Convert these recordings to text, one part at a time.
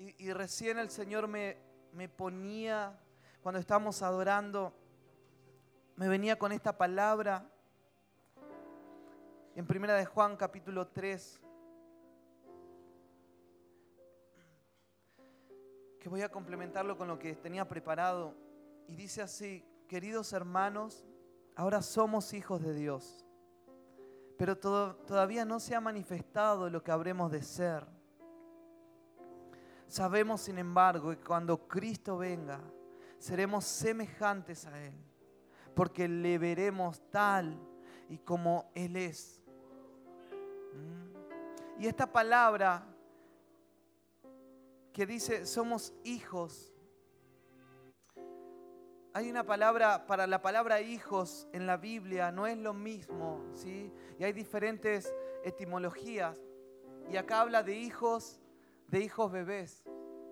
Y recién el Señor me ponía, cuando estábamos adorando, me venía con esta palabra en 1 de Juan capítulo 3, que voy a complementarlo con lo que tenía preparado. Y dice así: queridos hermanos, ahora somos hijos de Dios, pero todavía no se ha manifestado lo que habremos de ser. Sabemos, sin embargo, que cuando Cristo venga, seremos semejantes a Él, porque le veremos tal y como Él es. Y esta palabra que dice somos hijos, hay una palabra para la palabra hijos en la Biblia, no es lo mismo, ¿sí? Y hay diferentes etimologías. Y acá habla de hijos bebés.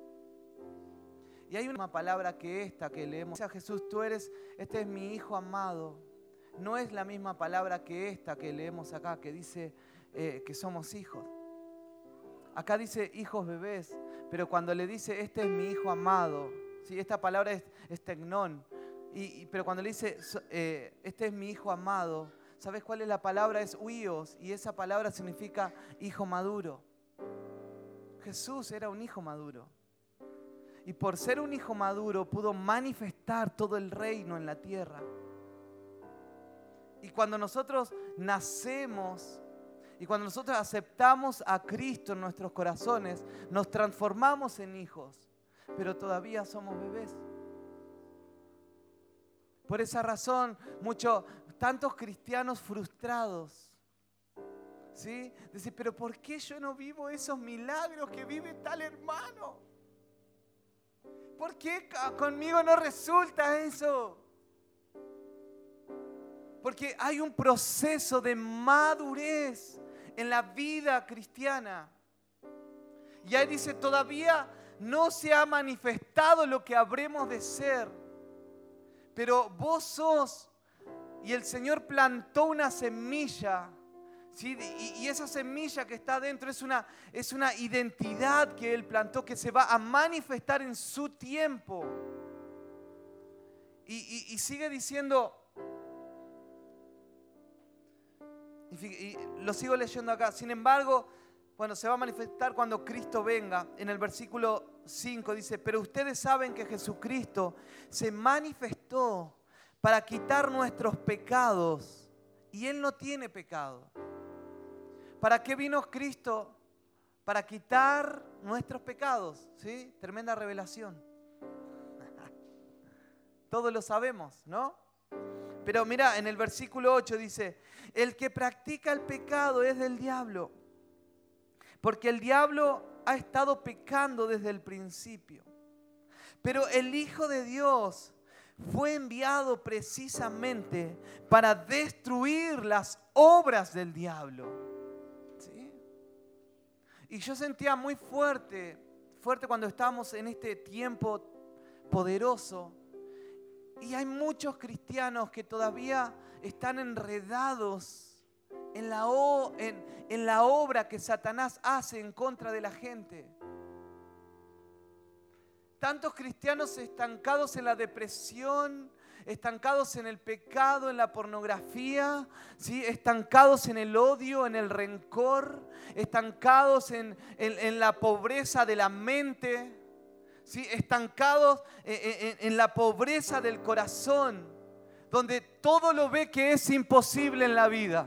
Y hay una palabra que esta que leemos. Dice a Jesús: este es mi hijo amado. No es la misma palabra que esta que leemos acá, que dice que somos hijos. Acá dice hijos bebés, pero cuando le dice este es mi hijo amado, ¿sí? Esta palabra es tecnón. Pero cuando le dice este es mi hijo amado, ¿sabes cuál es la palabra? Es huios, y esa palabra significa hijo maduro. Jesús era un hijo maduro. Y por ser un hijo maduro pudo manifestar todo el reino en la tierra. Y cuando nosotros nacemos y cuando nosotros aceptamos a Cristo en nuestros corazones, nos transformamos en hijos, pero todavía somos bebés. Por esa razón, tantos cristianos frustrados, ¿sí? Dicen: pero ¿por qué yo no vivo esos milagros que vive tal hermano? ¿Por qué conmigo no resulta eso? Porque hay un proceso de madurez en la vida cristiana. Y ahí dice: todavía no se ha manifestado lo que habremos de ser. Pero vos sos, y el Señor plantó una semilla, ¿sí? Y esa semilla que está dentro es una identidad que Él plantó, que se va a manifestar en su tiempo. Y sigue diciendo, y lo sigo leyendo acá: sin embargo, se va a manifestar cuando Cristo venga. En el versículo 5 dice: pero ustedes saben que Jesucristo se manifestó para quitar nuestros pecados, y Él no tiene pecado. ¿Para qué vino Cristo? Para quitar nuestros pecados, ¿sí? Tremenda revelación. Todos lo sabemos, ¿no? Pero mira, en el versículo 8 dice: el que practica el pecado es del diablo, porque el diablo ha estado pecando desde el principio. Pero el Hijo de Dios fue enviado precisamente para destruir las obras del diablo. ¿Sí? Y yo sentía muy fuerte cuando estábamos en este tiempo poderoso. Y hay muchos cristianos que todavía están enredados en la obra que Satanás hace en contra de la gente. Tantos cristianos estancados en la depresión, estancados en el pecado, en la pornografía, ¿sí? Estancados en el odio, en el rencor, estancados en la pobreza de la mente, ¿sí? Estancados en la pobreza del corazón, donde todo lo ve que es imposible en la vida.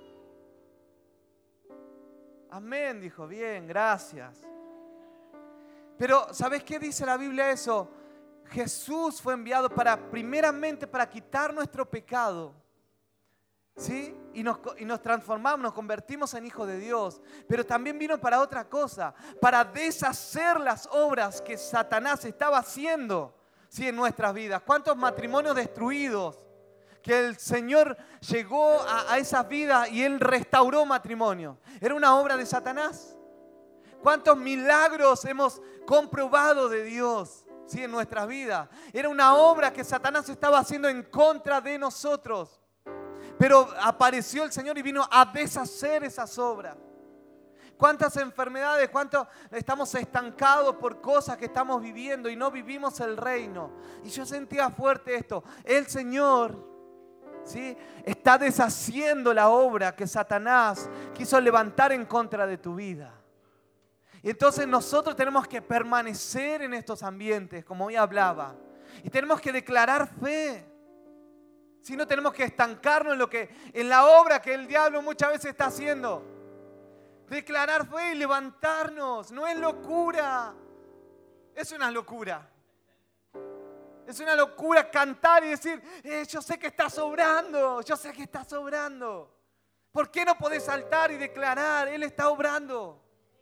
Amén, dijo. Bien, gracias. Pero ¿sabes qué dice la Biblia eso? Jesús fue enviado primeramente para quitar nuestro pecado, ¿sí? Y nos transformamos, nos convertimos en hijos de Dios. Pero también vino para otra cosa, para deshacer las obras que Satanás estaba haciendo, ¿sí? En nuestras vidas. ¿Cuántos matrimonios destruidos? Que el Señor llegó a esas vidas y Él restauró matrimonio. ¿Era una obra de Satanás? ¿Cuántos milagros hemos comprobado de Dios, ¿sí? En nuestras vidas? Era una obra que Satanás estaba haciendo en contra de nosotros. Pero apareció el Señor y vino a deshacer esas obras. ¿Cuántas enfermedades? ¿Cuánto estamos estancados por cosas que estamos viviendo y no vivimos el reino? Y yo sentía fuerte esto. El Señor, ¿sí?, está deshaciendo la obra que Satanás quiso levantar en contra de tu vida. Y entonces nosotros tenemos que permanecer en estos ambientes, como hoy hablaba. Y tenemos que declarar fe. Si no, tenemos que estancarnos en la obra que el diablo muchas veces está haciendo. Declarar fe y levantarnos. No es locura. Es una locura. Es una locura cantar y decir, yo sé que está sobrando. Yo sé que está sobrando. ¿Por qué no podés saltar y declarar? Él está obrando.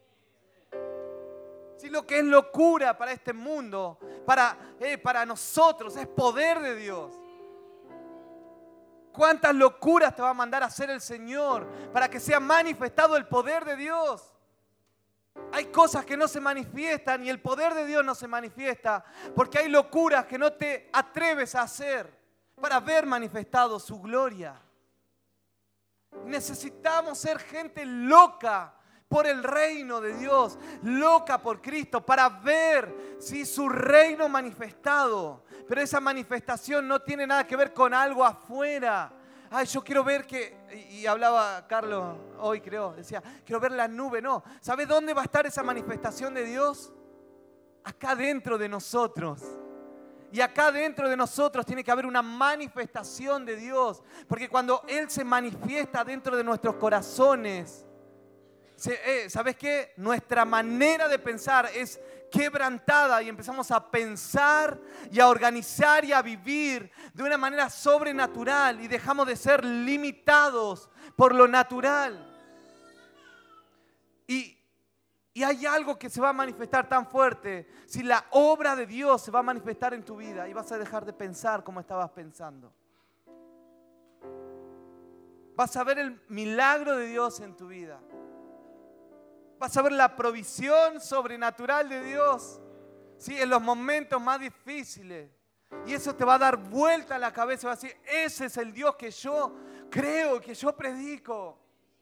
Si lo que es locura para este mundo, para nosotros, es poder de Dios. ¿Cuántas locuras te va a mandar a hacer el Señor para que sea manifestado el poder de Dios? Hay cosas que no se manifiestan y el poder de Dios no se manifiesta porque hay locuras que no te atreves a hacer para ver manifestado su gloria. Necesitamos ser gente loca por el reino de Dios, loca por Cristo, para ver su reino manifestado. Pero esa manifestación no tiene nada que ver con algo afuera. Ay, yo quiero ver y hablaba Carlos hoy, creo, decía, quiero ver la nube. No, ¿sabe dónde va a estar esa manifestación de Dios? Acá dentro de nosotros. Y acá dentro de nosotros tiene que haber una manifestación de Dios. Porque cuando Él se manifiesta dentro de nuestros corazones, ¿sabes qué? Nuestra manera de pensar es quebrantada y empezamos a pensar y a organizar y a vivir de una manera sobrenatural y dejamos de ser limitados por lo natural. Y hay algo que se va a manifestar tan fuerte. Si la obra de Dios se va a manifestar en tu vida y vas a dejar de pensar como estabas pensando. Vas a ver el milagro de Dios en tu vida. Vas a ver la provisión sobrenatural de Dios, ¿sí?, en los momentos más difíciles. Y eso te va a dar vuelta a la cabeza. Vas a decir, ese es el Dios que yo creo, que yo predico.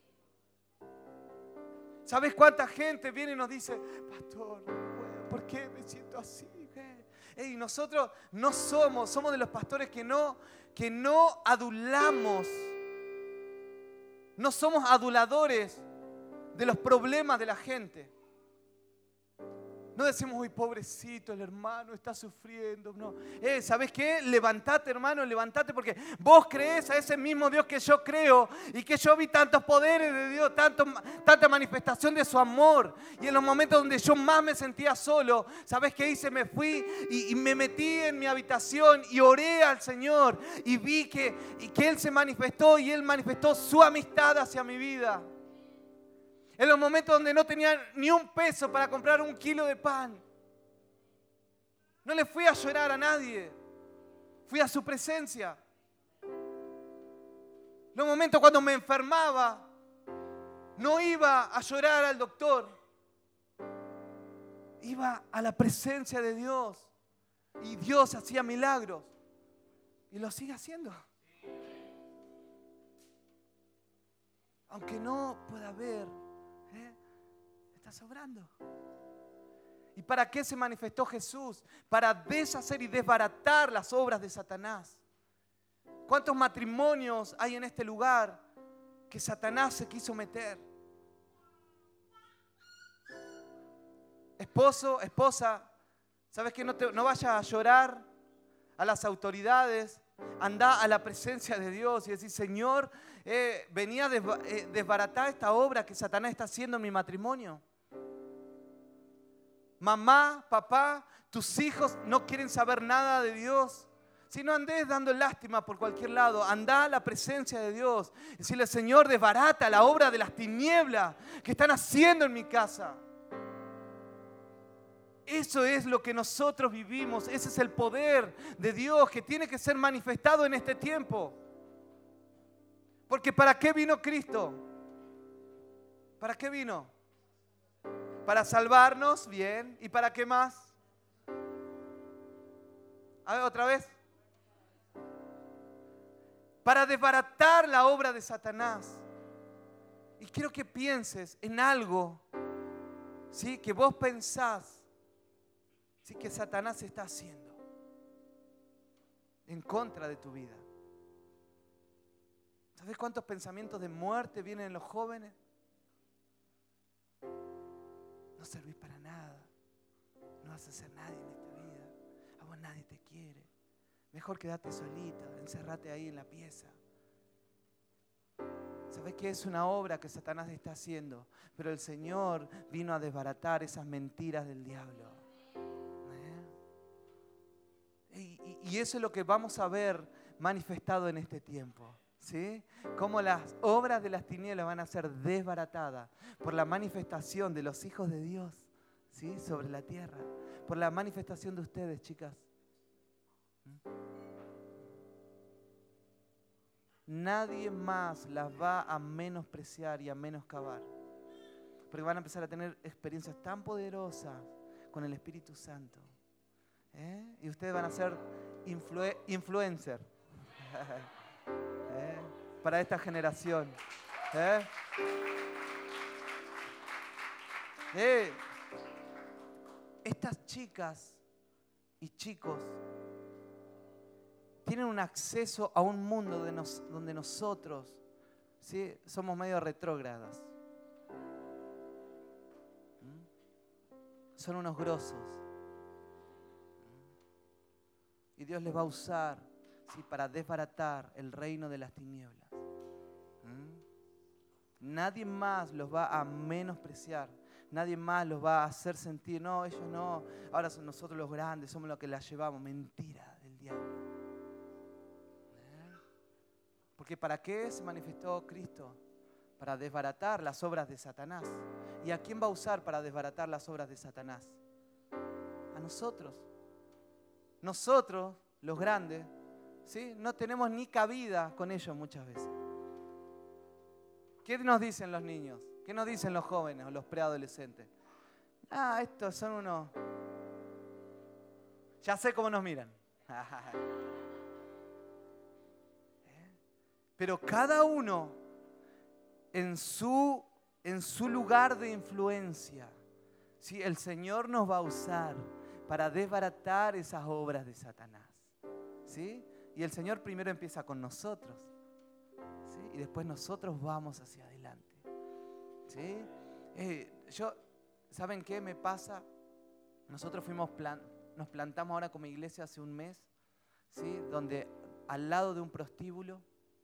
¿Sabes cuánta gente viene y nos dice, pastor, no puedo, ¿por qué me siento así? Y nosotros no somos de los pastores que no adulamos. No somos aduladores de los problemas de la gente. No decimos, uy, pobrecito, el hermano está sufriendo. No. ¿Sabes qué? Levantate, hermano, levantate, porque vos crees a ese mismo Dios que yo creo y que yo vi tantos poderes de Dios, tanta manifestación de su amor. Y en los momentos donde yo más me sentía solo, ¿sabes qué hice? Me fui y me metí en mi habitación y oré al Señor y vi que Él se manifestó y Él manifestó su amistad hacia mi vida. En los momentos donde no tenía ni un peso para comprar 1 kilo de pan. No le fui a llorar a nadie. Fui a su presencia. Los momentos cuando me enfermaba, no iba a llorar al doctor. Iba a la presencia de Dios. Y Dios hacía milagros. Y lo sigue haciendo. Aunque no pueda ver, está sobrando. ¿Y para qué se manifestó Jesús? Para deshacer y desbaratar las obras de Satanás. ¿Cuántos matrimonios hay en este lugar que Satanás se quiso meter? Esposo, esposa, ¿sabes qué? No vayas a llorar a las autoridades. Anda a la presencia de Dios y decir, Señor, venía a desbaratar esta obra que Satanás está haciendo en mi matrimonio. Mamá, papá, tus hijos no quieren saber nada de Dios. Si no andes dando lástima por cualquier lado, anda a la presencia de Dios. Decirle, Señor, desbarata la obra de las tinieblas que están haciendo en mi casa. Eso es lo que nosotros vivimos. Ese es el poder de Dios que tiene que ser manifestado en este tiempo. Porque ¿para qué vino Cristo? ¿Para qué vino? Para salvarnos, bien. ¿Y para qué más? A ver, otra vez. Para desbaratar la obra de Satanás. Y quiero que pienses en algo, ¿sí? Que vos pensás, ¿sí? Que Satanás está haciendo en contra de tu vida. ¿Sabes cuántos pensamientos de muerte vienen en los jóvenes? No servís para nada. No vas a ser nadie en esta vida. A vos nadie te quiere. Mejor quedate solita, encerrate ahí en la pieza. ¿Sabes qué? Es una obra que Satanás está haciendo. Pero el Señor vino a desbaratar esas mentiras del diablo. Y eso es lo que vamos a ver manifestado en este tiempo. ¿Sí? Cómo las obras de las tinieblas van a ser desbaratadas por la manifestación de los hijos de Dios, ¿sí? Sobre la tierra, por la manifestación de ustedes, chicas. Nadie más las va a menospreciar y a menoscabar, porque van a empezar a tener experiencias tan poderosas con el Espíritu Santo, y ustedes van a ser influencer. Para esta generación. Estas chicas y chicos tienen un acceso a un mundo donde nosotros, ¿sí? Somos medio retrógradas. Son unos grosos. Y Dios les va a usar, ¿sí? Para desbaratar el reino de las tinieblas. Nadie más los va a menospreciar. Nadie más los va a hacer sentir, no, ellos no, ahora son nosotros los grandes, somos los que las llevamos. Mentira del diablo. Porque ¿para qué se manifestó Cristo? Para desbaratar las obras de Satanás. ¿Y a quién va a usar para desbaratar las obras de Satanás? A nosotros. Nosotros, los grandes, ¿sí? No tenemos ni cabida con ellos muchas veces. ¿Qué nos dicen los niños? ¿Qué nos dicen los jóvenes o los preadolescentes? Estos son unos... Ya sé cómo nos miran. Pero cada uno en su lugar de influencia, ¿sí? El Señor nos va a usar para desbaratar esas obras de Satanás, ¿sí? Y el Señor primero empieza con nosotros, ¿sí? Y después nosotros vamos hacia adelante, ¿sí? ¿Saben qué me pasa? Nosotros nos plantamos ahora como iglesia hace un mes, ¿sí? Donde al lado de un prostíbulo,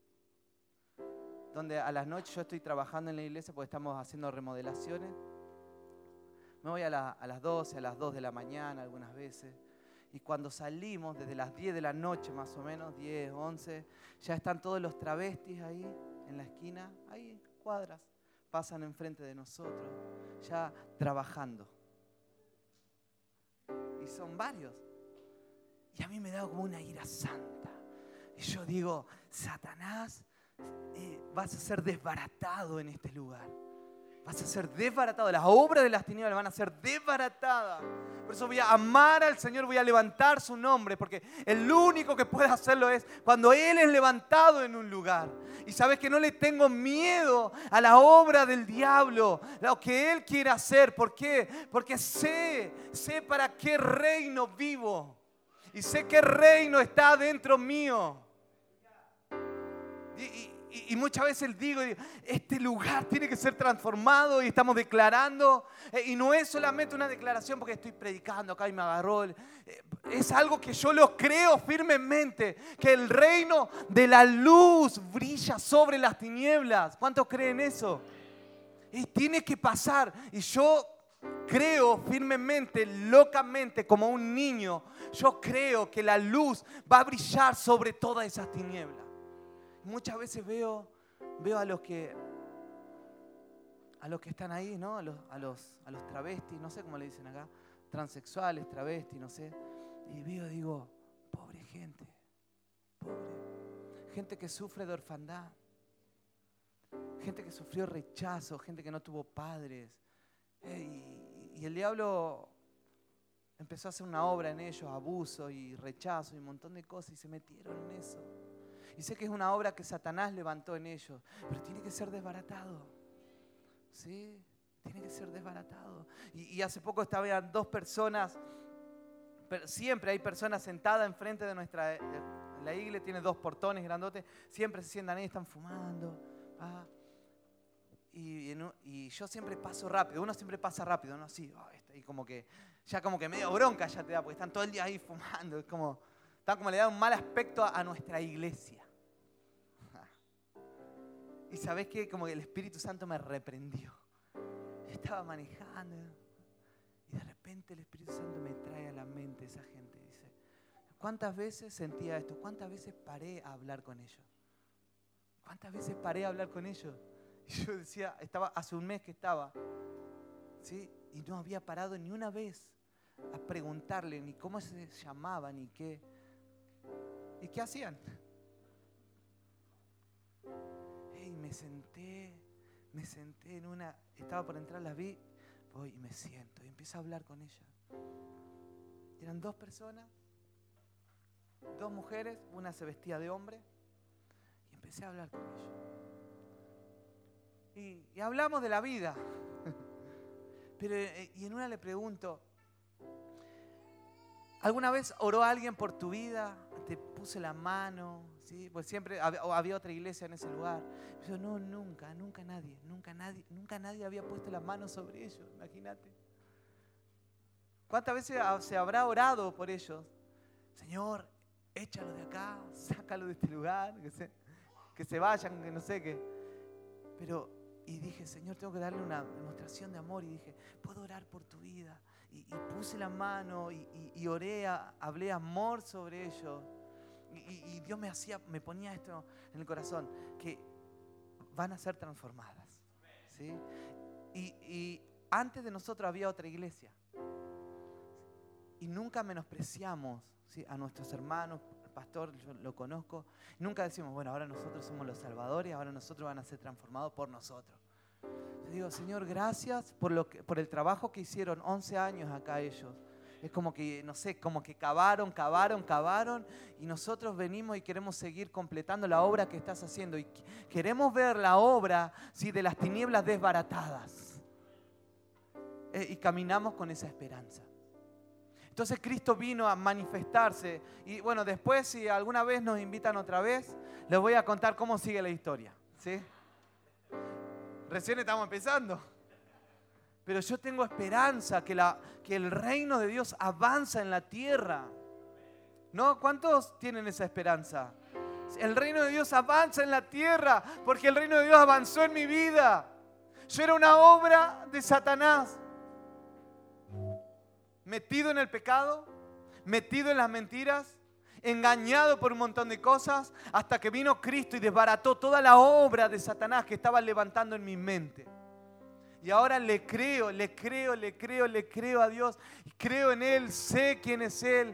donde a las noches yo estoy trabajando en la iglesia porque estamos haciendo remodelaciones. Me voy a las 12, a las 2 de la mañana algunas veces. Y cuando salimos, desde las 10 de la noche más o menos, 10, 11, ya están todos los travestis ahí en la esquina, ahí cuadras, pasan enfrente de nosotros, ya trabajando. Y son varios. Y a mí me da como una ira santa. Y yo digo, Satanás, vas a ser desbaratado en este lugar. Vas a ser desbaratado. Las obras de las tinieblas van a ser desbaratadas. Por eso voy a amar al Señor, voy a levantar su nombre, porque el único que puede hacerlo es cuando Él es levantado en un lugar. Y sabes que no le tengo miedo a la obra del diablo, lo que Él quiere hacer. ¿Por qué? Porque sé para qué reino vivo. Y sé qué reino está dentro mío. Y muchas veces digo, este lugar tiene que ser transformado y estamos declarando. Y no es solamente una declaración porque estoy predicando acá y me agarró. Es algo que yo lo creo firmemente, que el reino de la luz brilla sobre las tinieblas. ¿Cuántos creen eso? Y tiene que pasar. Y yo creo firmemente, locamente, como un niño, yo creo que la luz va a brillar sobre todas esas tinieblas. Muchas veces veo a los que están ahí, ¿no? A los travestis, no sé cómo le dicen acá, transexuales, travestis, no sé. Y digo, pobre gente, pobre. Gente que sufre de orfandad, gente que sufrió rechazo, gente que no tuvo padres. Y el diablo empezó a hacer una obra en ellos, abuso y rechazo y un montón de cosas, y se metieron en eso. Y sé que es una obra que Satanás levantó en ellos, pero tiene que ser desbaratado. ¿sí? Tiene que ser desbaratado. Y hace poco estaban 2 personas, siempre hay personas sentadas enfrente de la iglesia, tiene 2 portones grandotes, siempre se sientan ahí, están fumando. Y yo siempre paso rápido, uno siempre pasa rápido, ¿no? Así, y como que medio bronca ya te da, porque están todo el día ahí fumando, le da un mal aspecto a nuestra iglesia. Y ¿sabés qué? Como que el Espíritu Santo me reprendió. Yo estaba manejando y de repente el Espíritu Santo me trae a la mente esa gente. Dice, ¿cuántas veces sentía esto? ¿Cuántas veces paré a hablar con ellos? ¿Cuántas veces paré a hablar con ellos? Y yo decía, hace un mes que estaba, ¿sí? Y no había parado ni una vez a preguntarle ni cómo se llamaban ni qué. ¿Y qué hacían? Y me senté en estaba por entrar, las vi, voy y me siento y empiezo a hablar con ella. Eran 2 personas, 2 mujeres, una se vestía de hombre y empecé a hablar con ella. Y hablamos de la vida. Y en una le pregunto, ¿alguna vez oró alguien por tu vida? Te puse la mano, ¿sí? Pues siempre había otra iglesia en ese lugar. Yo, no, nunca nadie había puesto la mano sobre ellos, imagínate. ¿Cuántas veces se habrá orado por ellos? Señor, échalo de acá, sácalo de este lugar, que se vayan, que no sé qué. Y dije, Señor, tengo que darle una demostración de amor. Y dije, puedo orar por tu vida. Y puse la mano y oré, hablé amor sobre ellos. Y Dios me ponía esto en el corazón, que van a ser transformadas, ¿sí? Y antes de nosotros había otra iglesia. Y nunca menospreciamos, ¿sí?, a nuestros hermanos. El pastor, yo lo conozco. Nunca decimos, bueno, ahora nosotros somos los salvadores, ahora nosotros van a ser transformados por nosotros. Yo digo, Señor, gracias por el trabajo que hicieron 11 años acá ellos. Es como que, no sé, como que cavaron y nosotros venimos y queremos seguir completando la obra que estás haciendo y queremos ver la obra, ¿sí?, de las tinieblas desbaratadas. Y caminamos con esa esperanza. Entonces Cristo vino a manifestarse y bueno, después si alguna vez nos invitan otra vez, les voy a contar cómo sigue la historia, ¿sí? Recién estamos empezando. Pero yo tengo esperanza que el reino de Dios avanza en la tierra. ¿No? ¿Cuántos tienen esa esperanza? El reino de Dios avanza en la tierra porque el reino de Dios avanzó en mi vida. Yo era una obra de Satanás. Metido en el pecado, metido en las mentiras, engañado por un montón de cosas, hasta que vino Cristo y desbarató toda la obra de Satanás que estaba levantando en mi mente. Y ahora le creo a Dios, creo en Él, sé quién es Él,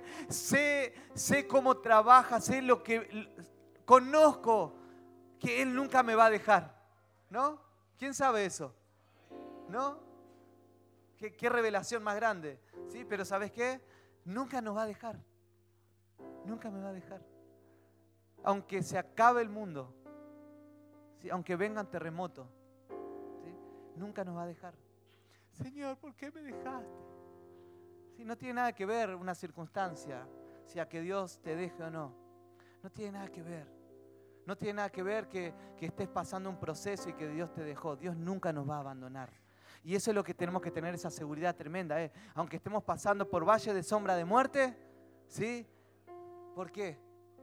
sé cómo trabaja, sé lo que conozco, que Él nunca me va a dejar, ¿no? ¿Quién sabe eso? ¿No? ¿Qué revelación más grande? ¿Sí? Pero ¿sabes qué? Nunca nos va a dejar. Nunca me va a dejar. Aunque se acabe el mundo, ¿sí?, aunque vengan terremotos, ¿sí?, nunca nos va a dejar. Señor, ¿por qué me dejaste? ¿Sí? No tiene nada que ver una circunstancia, si a que Dios te deje o no. No tiene nada que ver. No tiene nada que ver que estés pasando un proceso y que Dios te dejó. Dios nunca nos va a abandonar. Y eso es lo que tenemos que tener, esa seguridad tremenda, ¿eh? Aunque estemos pasando por valle de sombra de muerte, ¿sí? ¿Por qué?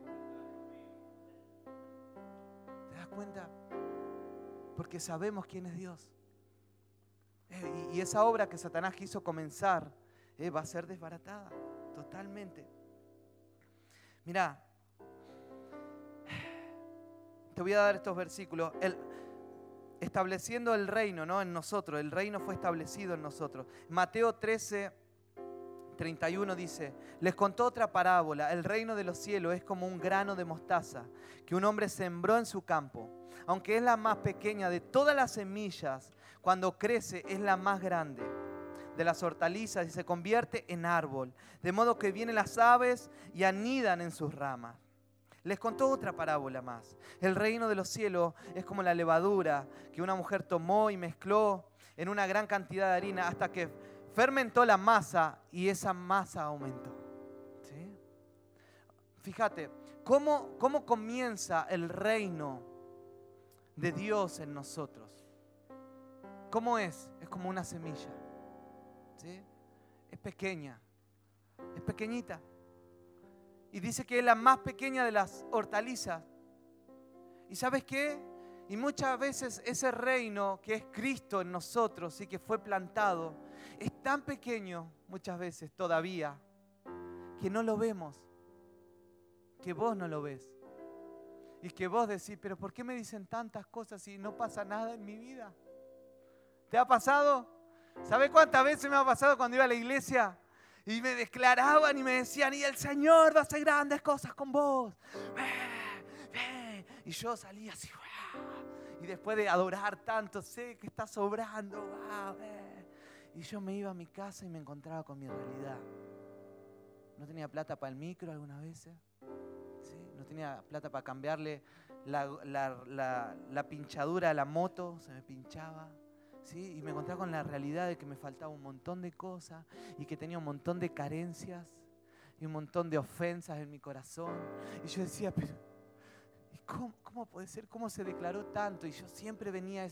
¿Te das cuenta? Porque sabemos quién es Dios. Y esa obra que Satanás quiso comenzar, va a ser desbaratada totalmente. Mirá, te voy a dar estos versículos. Estableciendo el reino, ¿no?, en nosotros. El reino fue establecido en nosotros. Mateo 13:31 dice, les contó otra parábola. El reino de los cielos es como un grano de mostaza que un hombre sembró en su campo. Aunque es la más pequeña de todas las semillas, cuando crece es la más grande de las hortalizas y se convierte en árbol. De modo que vienen las aves y anidan en sus ramas. Les contó otra parábola más. El reino de los cielos es como la levadura que una mujer tomó y mezcló en una gran cantidad de harina hasta que fermentó la masa y esa masa aumentó. ¿Sí? Fíjate, ¿cómo comienza el reino de Dios en nosotros? ¿Cómo es? Es como una semilla. ¿Sí? Es pequeña, es pequeñita. Y dice que es la más pequeña de las hortalizas. ¿Y sabes qué? Y muchas veces ese reino que es Cristo en nosotros y que fue plantado es tan pequeño, muchas veces todavía, que no lo vemos, que vos no lo ves. Y que vos decís, pero ¿por qué me dicen tantas cosas y no pasa nada en mi vida? ¿Te ha pasado? ¿Sabés cuántas veces me ha pasado cuando iba a la iglesia? Y me declaraban y me decían, y el Señor va a hacer grandes cosas con vos. Y yo salía así, y después de adorar tanto, sé que está sobrando. Y yo me iba a mi casa y me encontraba con mi realidad. No tenía plata para el micro algunas veces. ¿Sí? No tenía plata para cambiarle la pinchadura a la moto, se me pinchaba. ¿Sí? Y me encontraba con la realidad de que me faltaba un montón de cosas y que tenía un montón de carencias y un montón de ofensas en mi corazón. Y yo decía, pero ¿cómo puede ser? ¿Cómo se declaró tanto? Y yo siempre venía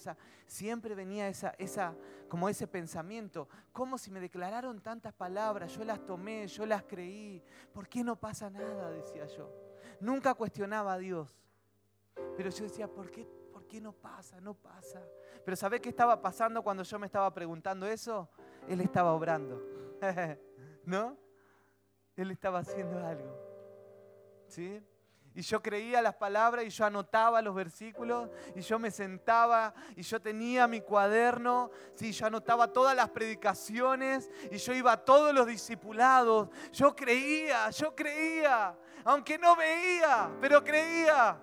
como ese pensamiento. ¿Cómo si me declararon tantas palabras? Yo las tomé, yo las creí. ¿Por qué no pasa nada? Decía yo. Nunca cuestionaba a Dios. Pero yo decía, ¿por qué no pasa? No pasa. Pero ¿sabés qué estaba pasando cuando yo me estaba preguntando eso? Él estaba obrando. ¿No? Él estaba haciendo algo. ¿Sí? Y yo creía las palabras y yo anotaba los versículos y yo me sentaba y yo tenía mi cuaderno, ¿sí? Yo anotaba todas las predicaciones y yo iba a todos los discipulados. Yo creía, aunque no veía, pero creía.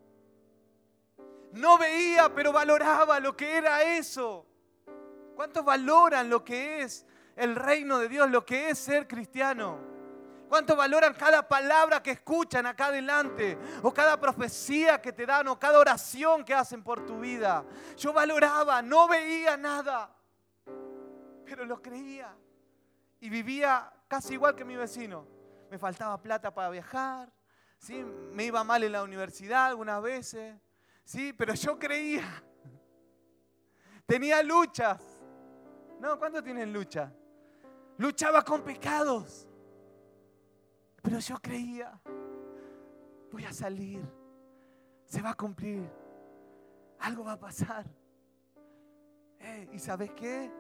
No veía, pero valoraba lo que era eso. ¿Cuántos valoran lo que es el reino de Dios, lo que es ser cristiano? ¿Cuántos valoran cada palabra que escuchan acá adelante? O cada profecía que te dan, o cada oración que hacen por tu vida. Yo valoraba, no veía nada, pero lo creía. Y vivía casi igual que mi vecino. Me faltaba plata para viajar, ¿sí? Me iba mal en la universidad algunas veces, ¿sí? Pero yo creía. Tenía luchas. No, ¿cuántos tienen lucha? Luchaba con pecados. Pero yo creía, voy a salir, se va a cumplir, algo va a pasar. ¿Y sabes qué?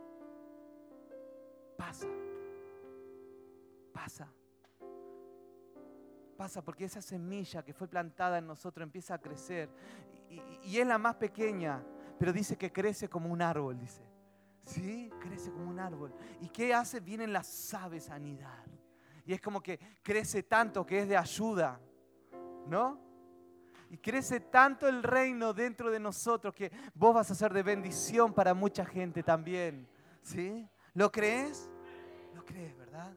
Pasa porque esa semilla que fue plantada en nosotros empieza a crecer y es la más pequeña, pero dice que crece como un árbol, dice. ¿Sí? Crece como un árbol. ¿Y qué hace? Vienen las aves a anidar. Y es como que crece tanto que es de ayuda, ¿no? Y crece tanto el reino dentro de nosotros que vos vas a ser de bendición para mucha gente también, ¿sí? ¿Lo crees? ¿Lo crees, verdad?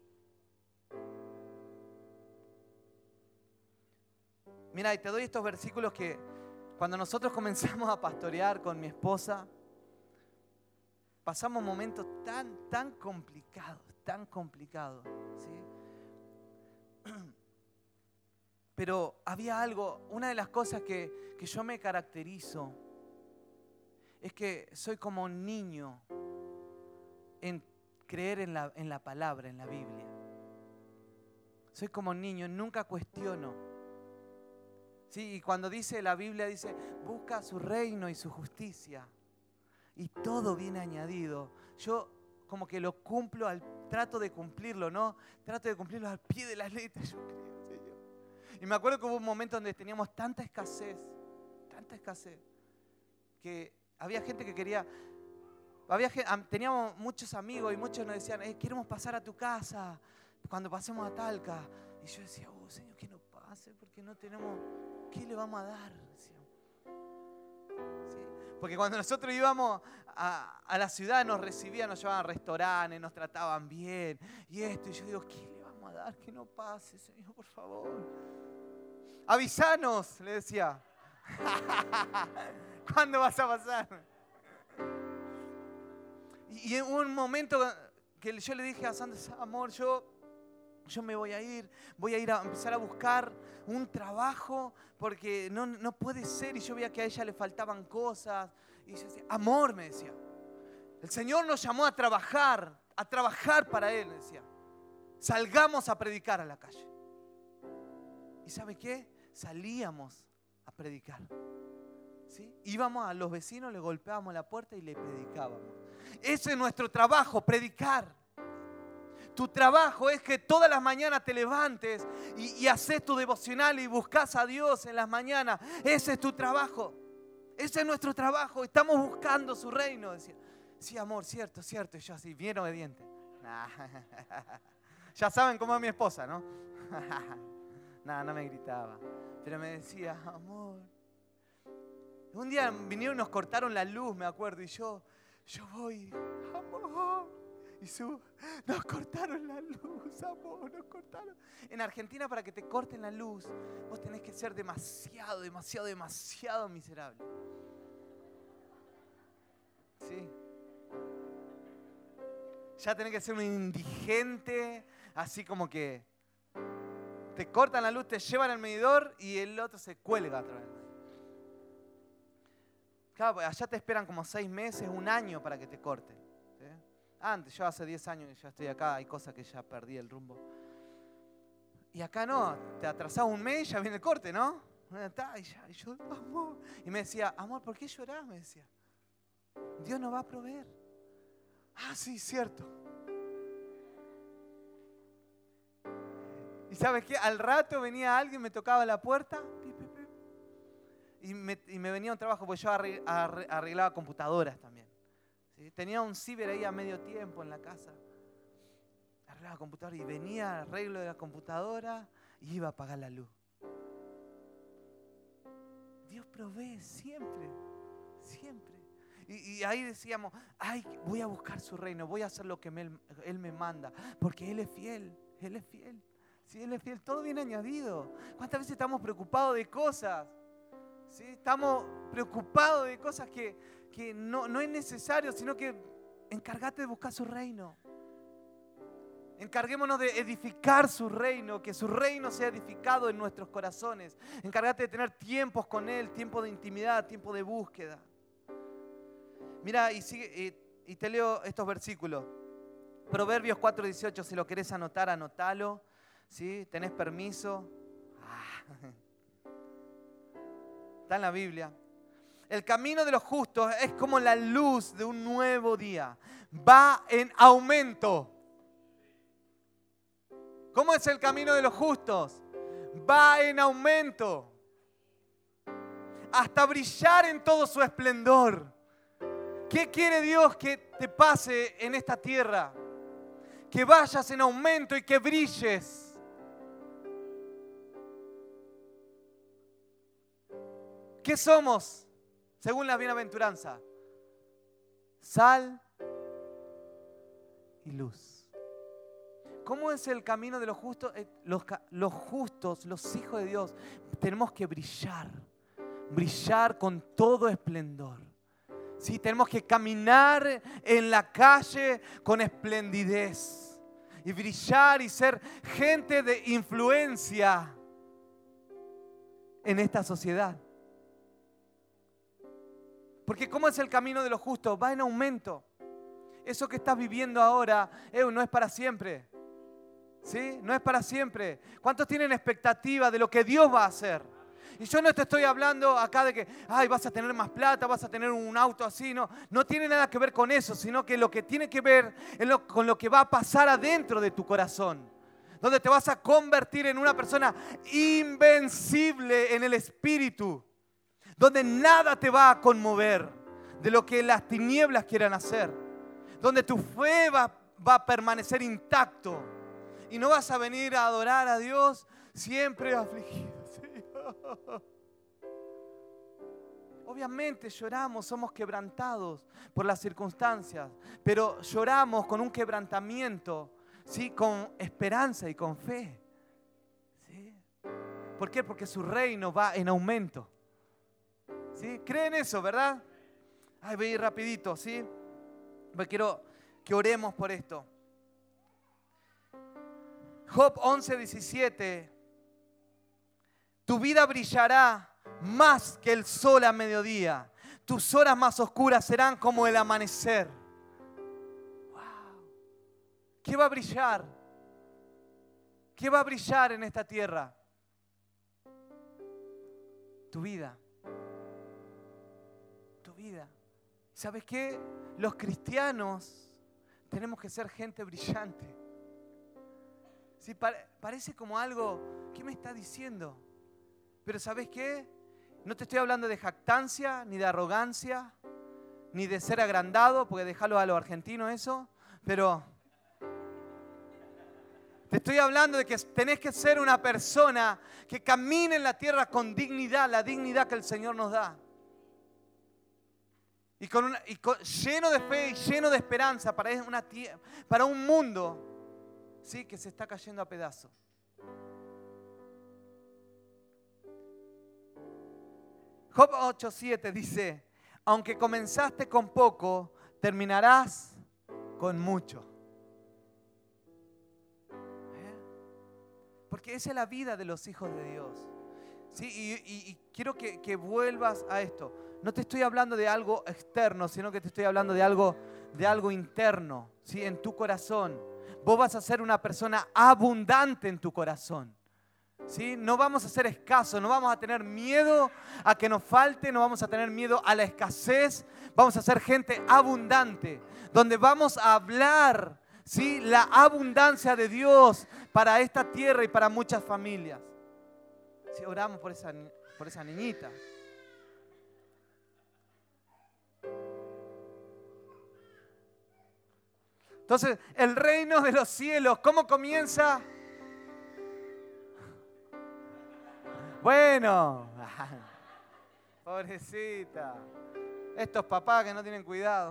Mira, y te doy estos versículos que cuando nosotros comenzamos a pastorear con mi esposa, pasamos momentos tan complicados, ¿sí? Pero había algo, una de las cosas que yo me caracterizo es que soy como un niño en creer en la palabra, en la Biblia. Soy como un niño, nunca cuestiono. ¿Sí? Y cuando dice la Biblia, dice, busca su reino y su justicia. Y todo viene añadido. Yo como que lo cumplo, trato de cumplirlo, ¿no? Trato de cumplirlo al pie de la letra. Yo creo, Señor. Y me acuerdo que hubo un momento donde teníamos tanta escasez, que había gente que quería, teníamos muchos amigos y muchos nos decían, queremos pasar a tu casa cuando pasemos a Talca. Y yo decía, Señor, que no pase, porque no tenemos, ¿qué le vamos a dar? Decíamos. ¿Sí? Porque cuando nosotros íbamos a la ciudad nos recibían, nos llevaban a restaurantes, nos trataban bien y esto. Y yo digo, ¿qué le vamos a dar? Que no pase, Señor, por favor. Avísanos, le decía. ¿Cuándo vas a pasar? Y en un momento que yo le dije a Sandra, amor, yo me voy a ir a empezar a buscar un trabajo porque no puede ser. Y yo veía que a ella le faltaban cosas. Y yo decía, amor, me decía, el Señor nos llamó a trabajar para Él, me decía. Salgamos a predicar a la calle. ¿Y sabe qué? Salíamos a predicar. ¿Sí? Íbamos a los vecinos, le golpeábamos la puerta y le predicábamos. Ese es nuestro trabajo, predicar. Tu trabajo es que todas las mañanas te levantes y haces tu devocional y buscas a Dios en las mañanas. Ese es tu trabajo. Ese es nuestro trabajo. Estamos buscando su reino. Decía, sí, amor, cierto. Y yo así, bien obediente. Ya saben cómo es mi esposa, ¿no? No me gritaba. Pero me decía, amor. Un día vinieron y nos cortaron la luz, me acuerdo. Y yo voy, amor. Y nos cortaron la luz, amor, nos cortaron. En Argentina, para que te corten la luz, vos tenés que ser demasiado miserable. Sí. Ya tenés que ser un indigente, así como que te cortan la luz, te llevan al medidor y el otro se cuelga otra vez. Claro, allá te esperan como 6 meses, 1 año para que te corten. ¿Sí? Antes, yo hace 10 años que ya estoy acá, hay cosas que ya perdí el rumbo. Y acá no, te atrasás 1 mes y ya viene el corte, ¿no? Y yo, amor. Y me decía, amor, ¿por qué llorás? Me decía, Dios nos va a proveer. Ah, sí, cierto. ¿Y sabes qué? Al rato venía alguien, me tocaba la puerta y me venía un trabajo, porque yo arreglaba computadoras también. ¿Sí? Tenía un ciber ahí a medio tiempo en la casa. Arreglaba computadoras y venía al arreglo de la computadora y iba a apagar la luz. Dios provee siempre. Y ahí decíamos, voy a buscar su reino, voy a hacer lo que Él me manda, porque Él es fiel. Sí, Él es fiel, todo viene añadido. ¿Cuántas veces estamos preocupados de cosas? ¿Sí? Estamos preocupados de cosas que no es necesario, sino que encárgate de buscar su reino. Encarguémonos de edificar su reino, que su reino sea edificado en nuestros corazones. Encárgate de tener tiempos con Él, tiempo de intimidad, tiempo de búsqueda. Mira, y te leo estos versículos. Proverbios 4:18, si lo querés anotar, anotalo. ¿Sí? ¿Tenés permiso? Está en la Biblia. El camino de los justos es como la luz de un nuevo día. Va en aumento. ¿Cómo es el camino de los justos? Va en aumento. Hasta brillar en todo su esplendor. ¿Qué quiere Dios que te pase en esta tierra? Que vayas en aumento y que brilles. ¿Qué somos? Según la bienaventuranza. Sal y luz. ¿Cómo es el camino de los justos? Los justos, los hijos de Dios, tenemos que brillar. Brillar con todo esplendor. ¿Sí? Tenemos que caminar en la calle con esplendidez. Y brillar y ser gente de influencia en esta sociedad. Porque ¿cómo es el camino de los justos? Va en aumento. Eso que estás viviendo ahora, no es para siempre. ¿Sí? No es para siempre. ¿Cuántos tienen expectativa de lo que Dios va a hacer? Y yo no te estoy hablando acá de que vas a tener más plata, vas a tener un auto así. No tiene nada que ver con eso, sino que lo que tiene que ver es con lo que va a pasar adentro de tu corazón. Donde te vas a convertir en una persona invencible en el espíritu. Donde nada te va a conmover de lo que las tinieblas quieran hacer. Donde tu fe va a permanecer intacto. Y no vas a venir a adorar a Dios siempre afligido. Obviamente lloramos, somos quebrantados por las circunstancias. Pero lloramos con un quebrantamiento, ¿sí? Con esperanza y con fe. ¿Sí? ¿Por qué? Porque su reino va en aumento. ¿Sí? ¿Creen eso, verdad? Voy a ir rapidito, ¿sí? Pues quiero que oremos por esto. Job 11:17. Tu vida brillará más que el sol a mediodía. Tus horas más oscuras serán como el amanecer. Wow. ¿Qué va a brillar? ¿Qué va a brillar en esta tierra? Tu vida. Tu vida. ¿Sabes qué? Los cristianos tenemos que ser gente brillante. ¿Sí? Parece como algo, ¿qué me está diciendo? Pero ¿sabes qué? No te estoy hablando de jactancia, ni de arrogancia, ni de ser agrandado, porque déjalo a los argentinos eso, pero te estoy hablando de que tenés que ser una persona que camine en la tierra con dignidad, la dignidad que el Señor nos da. Lleno de fe y lleno de esperanza para un mundo, ¿sí?, que se está cayendo a pedazos. Job 8:7 dice, aunque comenzaste con poco, terminarás con mucho. Porque esa es la vida de los hijos de Dios. ¿Sí? Y quiero que vuelvas a esto. No te estoy hablando de algo externo, sino que te estoy hablando de algo interno, ¿sí?, en tu corazón. Vos vas a ser una persona abundante en tu corazón. ¿Sí? No vamos a ser escasos, no vamos a tener miedo a que nos falte, no vamos a tener miedo a la escasez. Vamos a ser gente abundante, donde vamos a hablar, ¿sí?, la abundancia de Dios para esta tierra y para muchas familias. ¿Sí? Oramos por esa niñita. Entonces, el reino de los cielos, ¿cómo comienza? Bueno, pobrecita, estos papás que no tienen cuidado.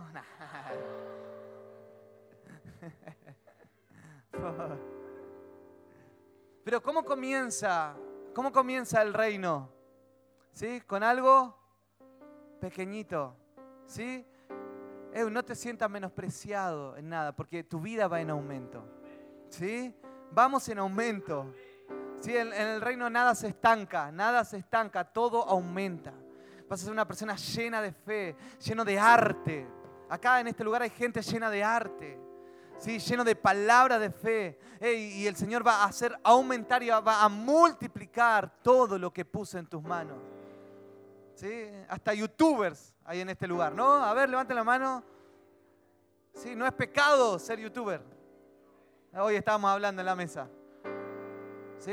Pero ¿cómo comienza el reino? ¿Sí? Con algo pequeñito, ¿sí? No te sientas menospreciado en nada, porque tu vida va en aumento, ¿sí? Vamos en aumento. Sí, en el reino nada se estanca, todo aumenta. Vas a ser una persona llena de fe, lleno de arte. Acá en este lugar hay gente llena de arte, ¿sí?, lleno de palabras de fe. Y el Señor va a hacer aumentar y va a multiplicar todo lo que puso en tus manos. ¿Sí? Hasta youtubers hay en este lugar, ¿no? A ver, levanten la mano. Sí, no es pecado ser youtuber. Hoy estábamos hablando en la mesa. ¿Sí?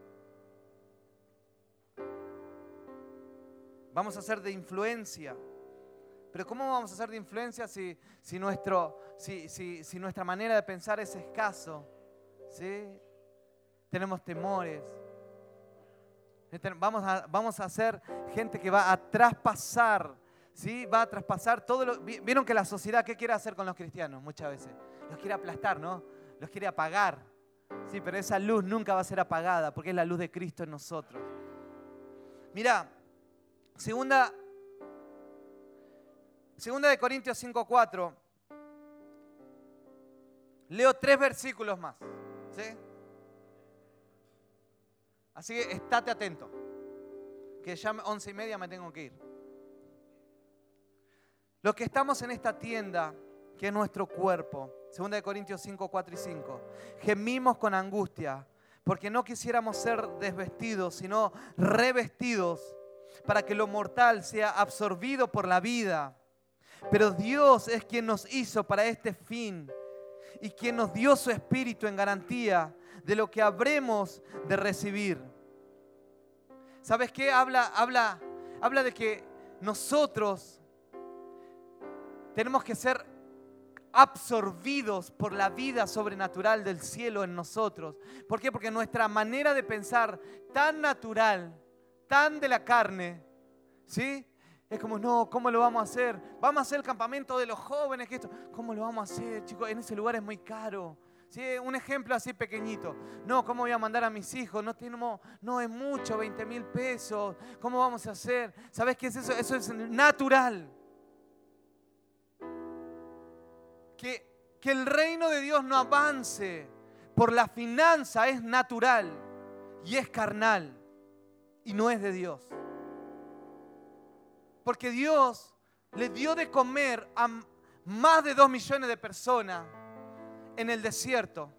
Vamos a ser de influencia. Pero ¿cómo vamos a ser de influencia si nuestra manera de pensar es escaso? ¿Sí? Tenemos temores. Vamos a ser gente que va a traspasar, ¿sí? Va a traspasar todo lo... Vieron que la sociedad, ¿qué quiere hacer con los cristianos muchas veces? Los quiere aplastar, ¿no? Los quiere apagar. Sí, pero esa luz nunca va a ser apagada porque es la luz de Cristo en nosotros. Mira, segunda de Corintios 5:4. Leo 3 versículos más, ¿sí? Así que estate atento, que ya 11:30 me tengo que ir. Los que estamos en esta tienda, que es nuestro cuerpo, 2 de Corintios 5:4 y 5, gemimos con angustia, porque no quisiéramos ser desvestidos, sino revestidos, para que lo mortal sea absorbido por la vida. Pero Dios es quien nos hizo para este fin y quien nos dio su Espíritu en garantía de lo que habremos de recibir. ¿Sabes qué? Habla de que nosotros tenemos que ser absorbidos por la vida sobrenatural del cielo en nosotros. ¿Por qué? Porque nuestra manera de pensar tan natural, tan de la carne, ¿sí? Es como, no, ¿cómo lo vamos a hacer? Vamos a hacer el campamento de los jóvenes. ¿Cómo lo vamos a hacer, chicos? En ese lugar es muy caro. ¿Sí? Un ejemplo así pequeñito. No, ¿cómo voy a mandar a mis hijos? No es mucho, 20,000 pesos. ¿Cómo vamos a hacer? ¿Sabes qué es eso? Eso es natural. que el reino de Dios no avance por la finanza es natural y es carnal y no es de Dios. Porque Dios le dio de comer a más de 2 millones de personas en el desierto.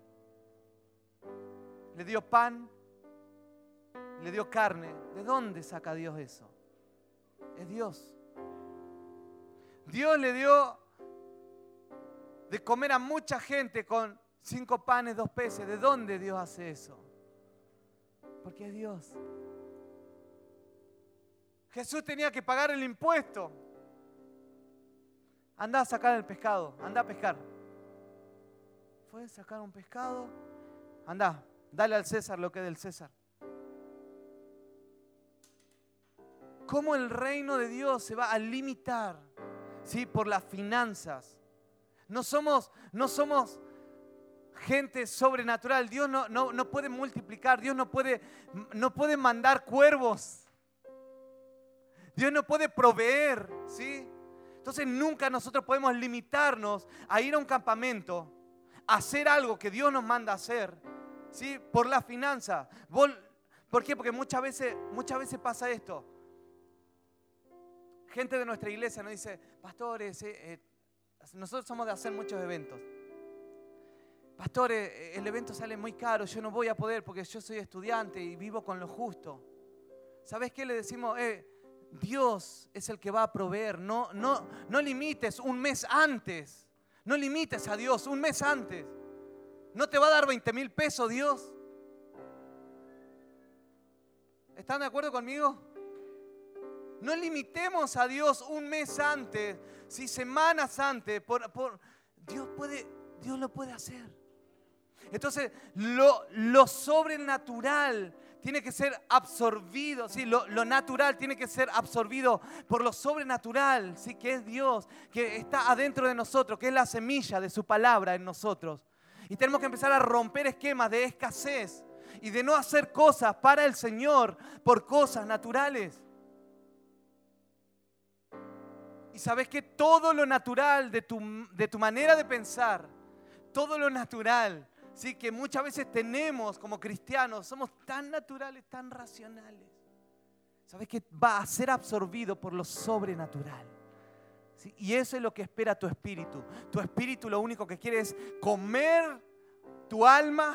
Le dio pan, le dio carne. ¿De dónde saca Dios eso? Es Dios. Dios le dio de comer a mucha gente con 5 panes, 2 peces. ¿De dónde Dios hace eso? Porque es Dios. Jesús tenía que pagar el impuesto. Anda a sacar el pescado, anda a pescar. Fue a sacar un pescado. Anda, dale al César lo que es del César. ¿Cómo el reino de Dios se va a limitar? ¿Sí? Por las finanzas. No somos gente sobrenatural. Dios no puede multiplicar. Dios no puede mandar cuervos. Dios no puede proveer, ¿sí? Entonces nunca nosotros podemos limitarnos a ir a un campamento, a hacer algo que Dios nos manda a hacer, ¿sí? Por la finanza. ¿Por qué? Porque muchas veces pasa esto. Gente de nuestra iglesia nos dice, pastores, nosotros somos de hacer muchos eventos. Pastores, el evento sale muy caro, yo no voy a poder porque yo soy estudiante y vivo con lo justo. ¿Sabes qué le decimos? Dios es el que va a proveer. No limites un mes antes. No limites a Dios un mes antes. No te va a dar 20,000 pesos Dios. ¿Están de acuerdo conmigo? No limitemos a Dios un mes antes, si semanas antes. Dios lo puede hacer. Entonces, lo sobrenatural tiene que ser absorbido, ¿sí? Lo natural tiene que ser absorbido por lo sobrenatural, ¿sí? Que es Dios, que está adentro de nosotros, que es la semilla de su palabra en nosotros. Y tenemos que empezar a romper esquemas de escasez y de no hacer cosas para el Señor por cosas naturales. Y sabes que todo lo natural de tu manera de pensar, todo lo natural, sí, que muchas veces tenemos como cristianos, somos tan naturales, tan racionales. Sabes que va a ser absorbido por lo sobrenatural. ¿Sí? Y eso es lo que espera tu espíritu. Tu espíritu lo único que quiere es comer tu alma.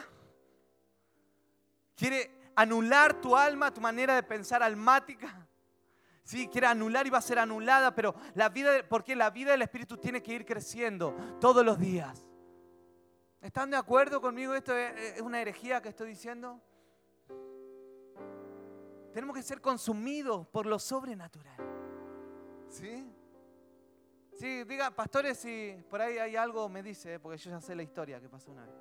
Quiere anular tu alma, tu manera de pensar almática. Sí, quiere anular y va a ser anulada, pero porque la vida del espíritu tiene que ir creciendo todos los días. ¿Están de acuerdo conmigo? ¿Esto es una herejía que estoy diciendo? Tenemos que ser consumidos por lo sobrenatural. ¿Sí? Sí, diga, pastores, si por ahí hay algo, me dice, porque yo ya sé la historia que pasó una vez.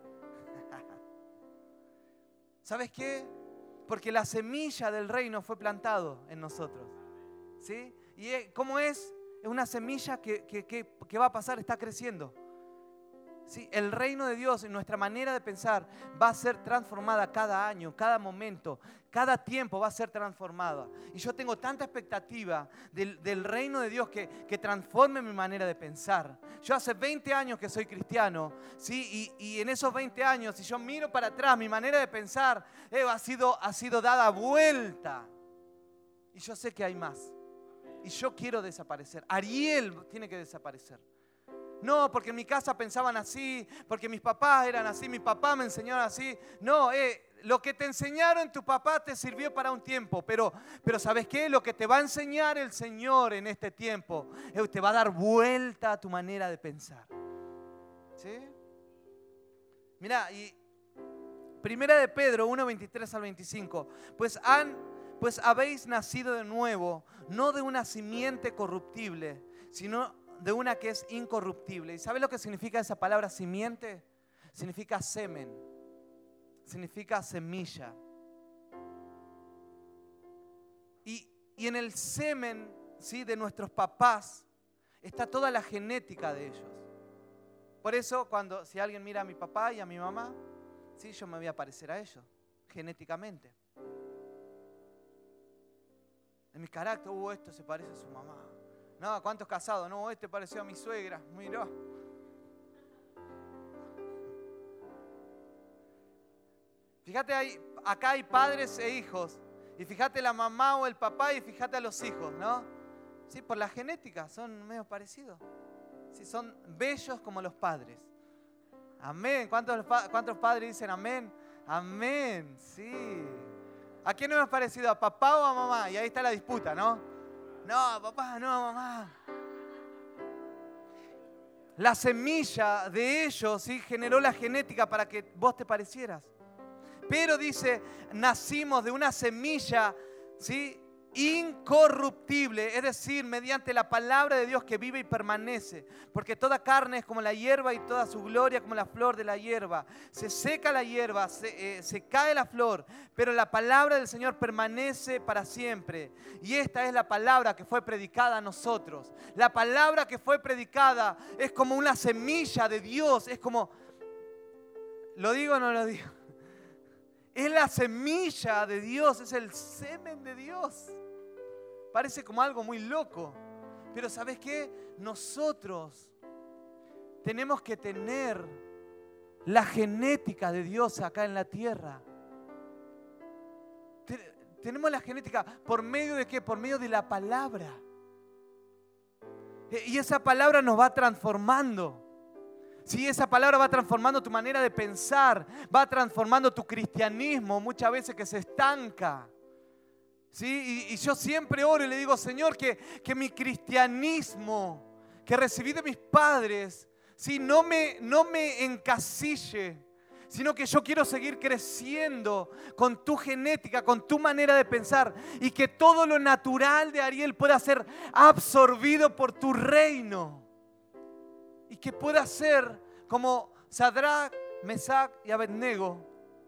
¿Sabes qué? Porque la semilla del reino fue plantado en nosotros. ¿Sí? ¿Y cómo es? Es una semilla que va a pasar, está creciendo. ¿Sí? El reino de Dios y nuestra manera de pensar va a ser transformada cada año, cada momento, cada tiempo va a ser transformada. Y yo tengo tanta expectativa del reino de Dios que transforme mi manera de pensar. Yo hace 20 años que soy cristiano, ¿sí? Y en esos 20 años, si yo miro para atrás, mi manera de pensar ha sido dada vuelta. Y yo sé que hay más. Y yo quiero desaparecer. Ariel tiene que desaparecer. No, porque en mi casa pensaban así, porque mis papás eran así, mi papá me enseñaron así. No, lo que te enseñaron tu papá te sirvió para un tiempo, pero ¿sabes qué? Lo que te va a enseñar el Señor en este tiempo, te va a dar vuelta a tu manera de pensar. ¿Sí? Mira, y Primera de Pedro 1, 23 al 25. Pues habéis nacido de nuevo, no de una simiente corruptible, sino de una que es incorruptible. ¿Y sabes lo que significa esa palabra simiente? Significa semen, significa semilla. Y en el semen, ¿sí?, de nuestros papás está toda la genética de ellos. Por eso si alguien mira a mi papá y a mi mamá, ¿sí?, yo me voy a parecer a ellos, genéticamente. En mi carácter, esto se parece a su mamá. No, ¿cuántos casados? No, este pareció a mi suegra. Mirá. Fíjate, acá hay padres e hijos. Y fíjate la mamá o el papá y fíjate a los hijos, ¿no? Sí, por la genética son medio parecidos. Sí, son bellos como los padres. Amén. ¿Cuántos padres dicen amén? Amén, sí. ¿A quién no hemos parecido? ¿A papá o a mamá? Y ahí está la disputa, ¿no? No, papá, no, mamá. La semilla de ellos, ¿sí?, generó la genética para que vos te parecieras. Pero dice, nacimos de una semilla, ¿sí?, incorruptible, es decir, mediante la palabra de Dios que vive y permanece. Porque toda carne es como la hierba y toda su gloria como la flor de la hierba. Se seca la hierba, se cae la flor, pero la palabra del Señor permanece para siempre. Y esta es la palabra que fue predicada a nosotros. La palabra que fue predicada es como una semilla de Dios, es como, ¿lo digo o no lo digo? Es la semilla de Dios, es el semen de Dios. Parece como algo muy loco, pero ¿sabes qué? Nosotros tenemos que tener la genética de Dios acá en la tierra. Tenemos la genética, ¿por medio de qué? Por medio de la palabra. Y esa palabra nos va transformando. Sí, esa palabra va transformando tu manera de pensar, va transformando tu cristianismo, muchas veces que se estanca. ¿Sí? Y yo siempre oro y le digo, Señor, que mi cristianismo que recibí de mis padres, ¿sí?, no me encasille, sino que yo quiero seguir creciendo con tu genética, con tu manera de pensar, y que todo lo natural de Ariel pueda ser absorbido por tu reino. Y que pueda ser como Sadrach, Mesach y Abednego.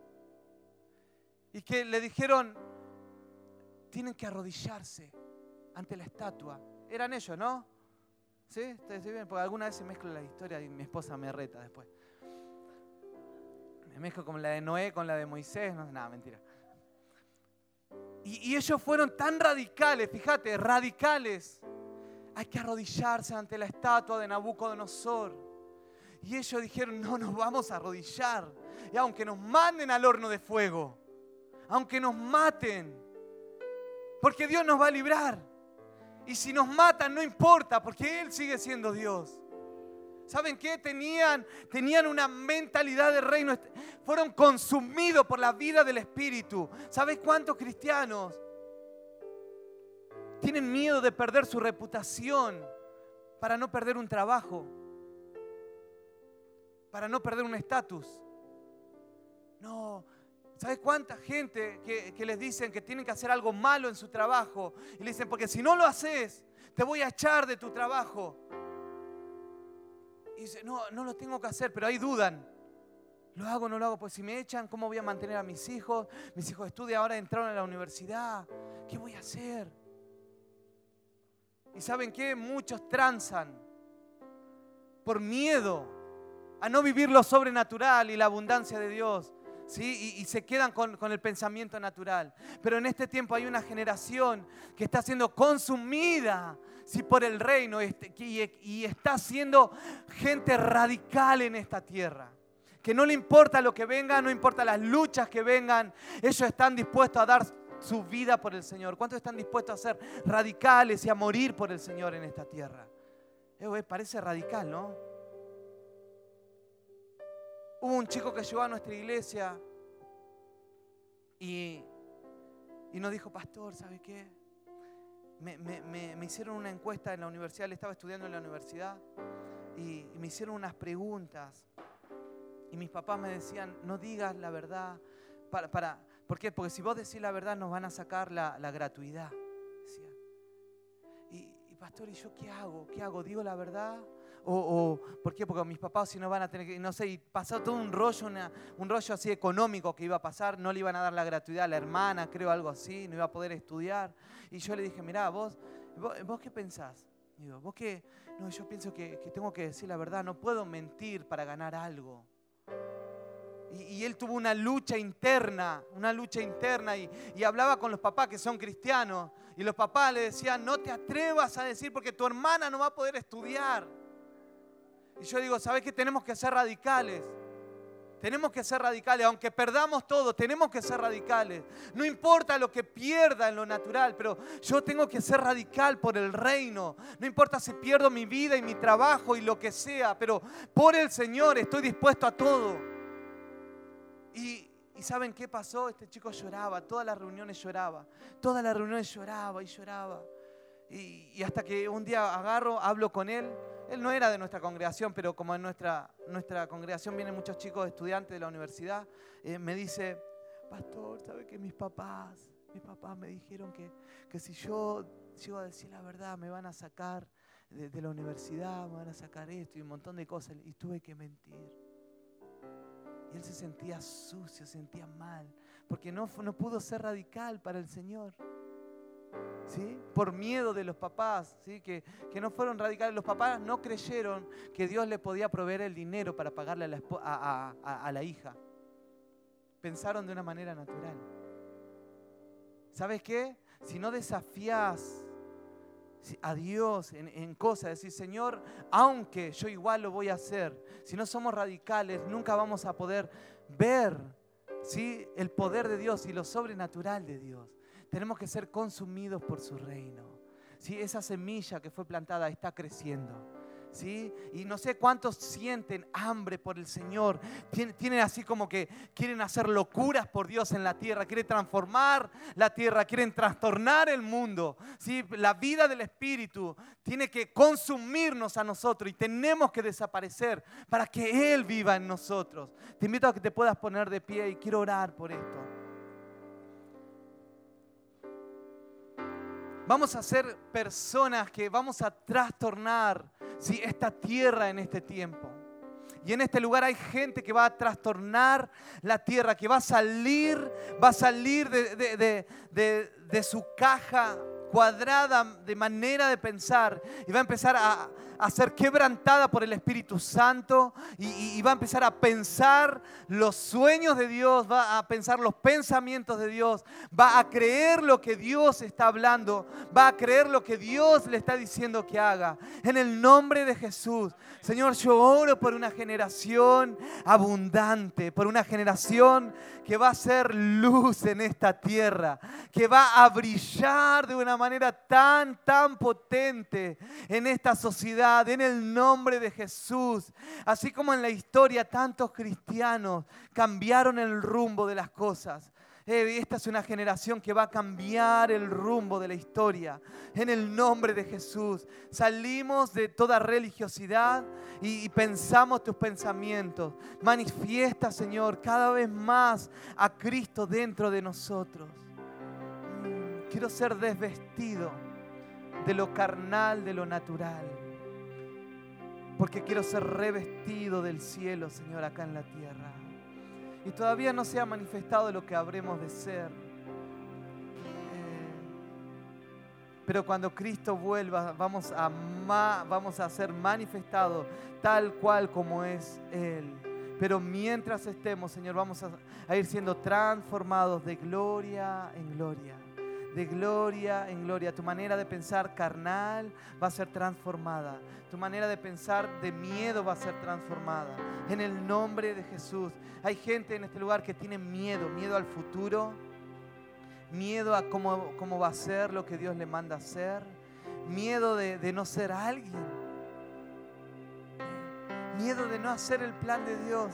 Y que le dijeron, tienen que arrodillarse ante la estatua. Eran ellos, ¿no? ¿Sí? ¿Estoy bien? Porque alguna vez se mezcla la historia y mi esposa me reta después. Me mezclo como la de Noé con la de Moisés. No, nada, mentira. Y ellos fueron tan radicales, fíjate, radicales. Hay que arrodillarse ante la estatua de Nabucodonosor. Y ellos dijeron, no nos vamos a arrodillar. Y aunque nos manden al horno de fuego, aunque nos maten, porque Dios nos va a librar. Y si nos matan no importa, porque Él sigue siendo Dios. ¿Saben qué? Tenían una mentalidad de reino. Fueron consumidos por la vida del Espíritu. ¿Sabes cuántos cristianos tienen miedo de perder su reputación para no perder un trabajo, para no perder un estatus? No. ¿Sabes cuánta gente que les dicen que tienen que hacer algo malo en su trabajo? Y le dicen, porque si no lo haces, te voy a echar de tu trabajo. Y dicen, no lo tengo que hacer, pero ahí dudan. ¿Lo hago o no lo hago? Pues si me echan, ¿cómo voy a mantener a mis hijos? Mis hijos estudian, ahora entraron a la universidad. ¿Qué voy a hacer? ¿Y saben qué? Muchos transan por miedo a no vivir lo sobrenatural y la abundancia de Dios. ¿Sí? Y se quedan con el pensamiento natural. Pero en este tiempo hay una generación que está siendo consumida, ¿sí?, por el reino y está siendo gente radical en esta tierra. Que no le importa lo que venga, no importa las luchas que vengan, ellos están dispuestos a dar su vida por el Señor. ¿Cuántos están dispuestos a ser radicales y a morir por el Señor en esta tierra? Parece radical, ¿no? Hubo un chico que llegó a nuestra iglesia y nos dijo, pastor, ¿sabe qué? Me hicieron una encuesta en la universidad, él estaba estudiando en la universidad y me hicieron unas preguntas y mis papás me decían, no digas la verdad. ¿Por qué? Porque si vos decís la verdad nos van a sacar la gratuidad, decían. Y pastor, ¿y yo qué hago? ¿Qué hago? ¿Digo la verdad? ¿Por qué? Porque mis papás si no van a tener que, no sé, y pasó todo un rollo así económico que iba a pasar, no le iban a dar la gratuidad a la hermana, creo algo así, no iba a poder estudiar. Y yo le dije, mirá, ¿vos qué pensás? Digo, ¿vos qué? No, yo pienso que tengo que decir la verdad, no puedo mentir para ganar algo. Y él tuvo una lucha interna y hablaba con los papás que son cristianos y los papás le decían, no te atrevas a decir porque tu hermana no va a poder estudiar. Y yo digo, ¿sabes qué? Tenemos que ser radicales. Tenemos que ser radicales, aunque perdamos todo, tenemos que ser radicales. No importa lo que pierda en lo natural, pero yo tengo que ser radical por el reino. No importa si pierdo mi vida y mi trabajo y lo que sea, pero por el Señor estoy dispuesto a todo. Y ¿saben qué pasó? Este chico lloraba, todas las reuniones lloraba. Todas las reuniones lloraba y lloraba. Y hasta que un día hablo con él. Él no era de nuestra congregación, pero como en nuestra congregación vienen muchos chicos estudiantes de la universidad, me dice, pastor, ¿sabe que mis papás me dijeron que si yo llego a decir la verdad me van a sacar de la universidad, me van a sacar esto y un montón de cosas? Y tuve que mentir. Y él se sentía sucio, se sentía mal, porque no pudo ser radical para el Señor. ¿Sí? Por miedo de los papás, ¿sí? que no fueron radicales. Los papás no creyeron que Dios le podía proveer el dinero para pagarle a la hija. Pensaron de una manera natural. ¿Sabes qué? Si no desafías a Dios en cosas, decir, Señor, aunque yo igual lo voy a hacer, si no somos radicales, nunca vamos a poder ver, ¿sí?, el poder de Dios y lo sobrenatural de Dios. Tenemos que ser consumidos por su reino. ¿Sí? Esa semilla que fue plantada está creciendo. ¿Sí? Y no sé cuántos sienten hambre por el Señor. Tienen así como que quieren hacer locuras por Dios en la tierra. Quieren transformar la tierra. Quieren trastornar el mundo. ¿Sí? La vida del Espíritu tiene que consumirnos a nosotros. Y tenemos que desaparecer para que Él viva en nosotros. Te invito a que te puedas poner de pie y quiero orar por esto. Vamos a ser personas que vamos a trastornar, ¿sí?, esta tierra en este tiempo. Y en este lugar hay gente que va a trastornar la tierra, que va a salir de su caja cuadrada de manera de pensar y va a empezar a ser quebrantada por el Espíritu Santo y va a empezar a pensar los sueños de Dios, va a pensar los pensamientos de Dios, va a creer lo que Dios está hablando, va a creer lo que Dios le está diciendo que haga. En el nombre de Jesús, Señor, yo oro por una generación abundante, por una generación que va a ser luz en esta tierra, que va a brillar de una manera tan potente en esta sociedad, en el nombre de Jesús. Así como en la historia tantos cristianos cambiaron el rumbo de las cosas. Esta es una generación que va a cambiar el rumbo de la historia. En el nombre de Jesús. Salimos de toda religiosidad y pensamos tus pensamientos. Manifiesta, Señor, cada vez más a Cristo dentro de nosotros. Quiero ser desvestido de lo carnal, de lo natural. Porque quiero ser revestido del cielo, Señor, acá en la tierra. Y todavía no se ha manifestado lo que habremos de ser. Pero cuando Cristo vuelva, vamos a ser manifestados tal cual como es Él. Pero mientras estemos, Señor, vamos a ir siendo transformados de gloria en gloria. De gloria en gloria. Tu manera de pensar carnal va a ser transformada. Tu manera de pensar de miedo va a ser transformada. En el nombre de Jesús. Hay gente en este lugar que tiene miedo. Miedo al futuro. Miedo a cómo va a ser lo que Dios le manda a hacer. Miedo de no ser alguien. Miedo de no hacer el plan de Dios.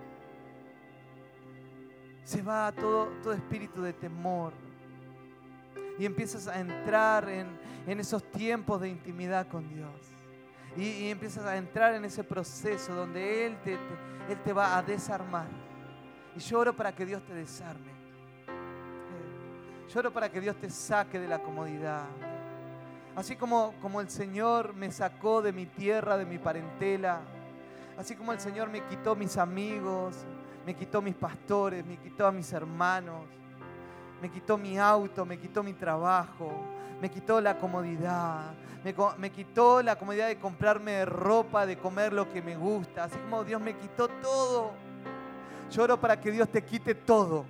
Se va todo espíritu de temor. Y empiezas a entrar en esos tiempos de intimidad con Dios. Y empiezas a entrar en ese proceso donde Él te va a desarmar. Y yo oro para que Dios te desarme. Yo oro para que Dios te saque de la comodidad. Así como el Señor me sacó de mi tierra, de mi parentela. Así como el Señor me quitó mis amigos, me quitó mis pastores, me quitó a mis hermanos. Me quitó mi auto, me quitó mi trabajo, me quitó la comodidad, me quitó la comodidad de comprarme ropa, de comer lo que me gusta. Así como Dios me quitó todo. Yo oro para que Dios te quite todo.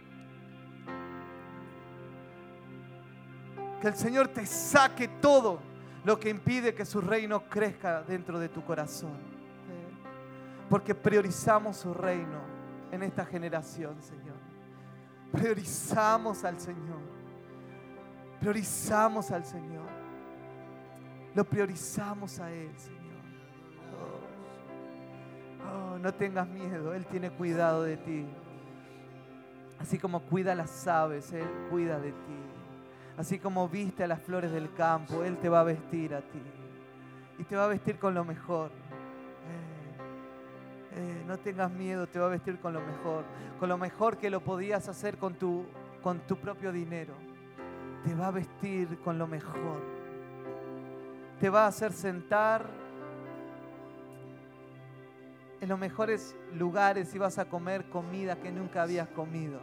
Que el Señor te saque todo lo que impide que su reino crezca dentro de tu corazón. Porque priorizamos su reino. en esta generación, Señor. Priorizamos al Señor. Priorizamos al Señor. Lo priorizamos a Él, Señor. Oh, no tengas miedo. Él tiene cuidado de ti. Así como cuida a las aves, Él cuida de ti. Así como viste a las flores del campo, Él te va a vestir a ti. Y te va a vestir con lo mejor. No tengas miedo, te va a vestir con lo mejor. Con lo mejor que lo podías hacer con tu propio dinero. Te va a vestir con lo mejor. Te va a hacer sentar en los mejores lugares y vas a comer comida que nunca habías comido.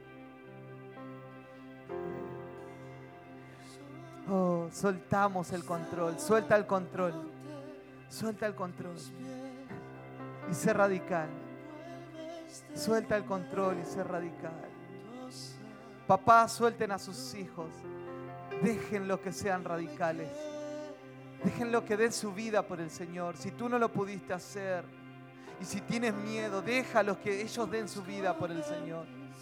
Oh, soltamos el control. Suelta el control. Suelta el control. Y sé radical. Suelta el control y sé radical. Papás, suelten a sus hijos. Déjenlos que sean radicales. Déjenlo que den su vida por el Señor. Si tú no lo pudiste hacer y si tienes miedo, déjalos que ellos den su vida por el Señor.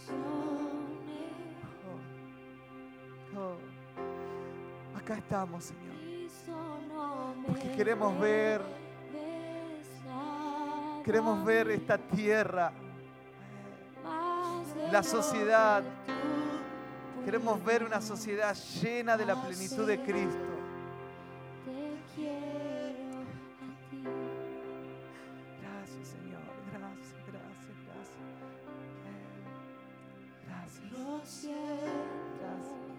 Acá estamos, Señor. Porque queremos ver esta tierra, la sociedad. Queremos ver una sociedad llena de la plenitud de Cristo. Gracias, Señor. Gracias. Gracias.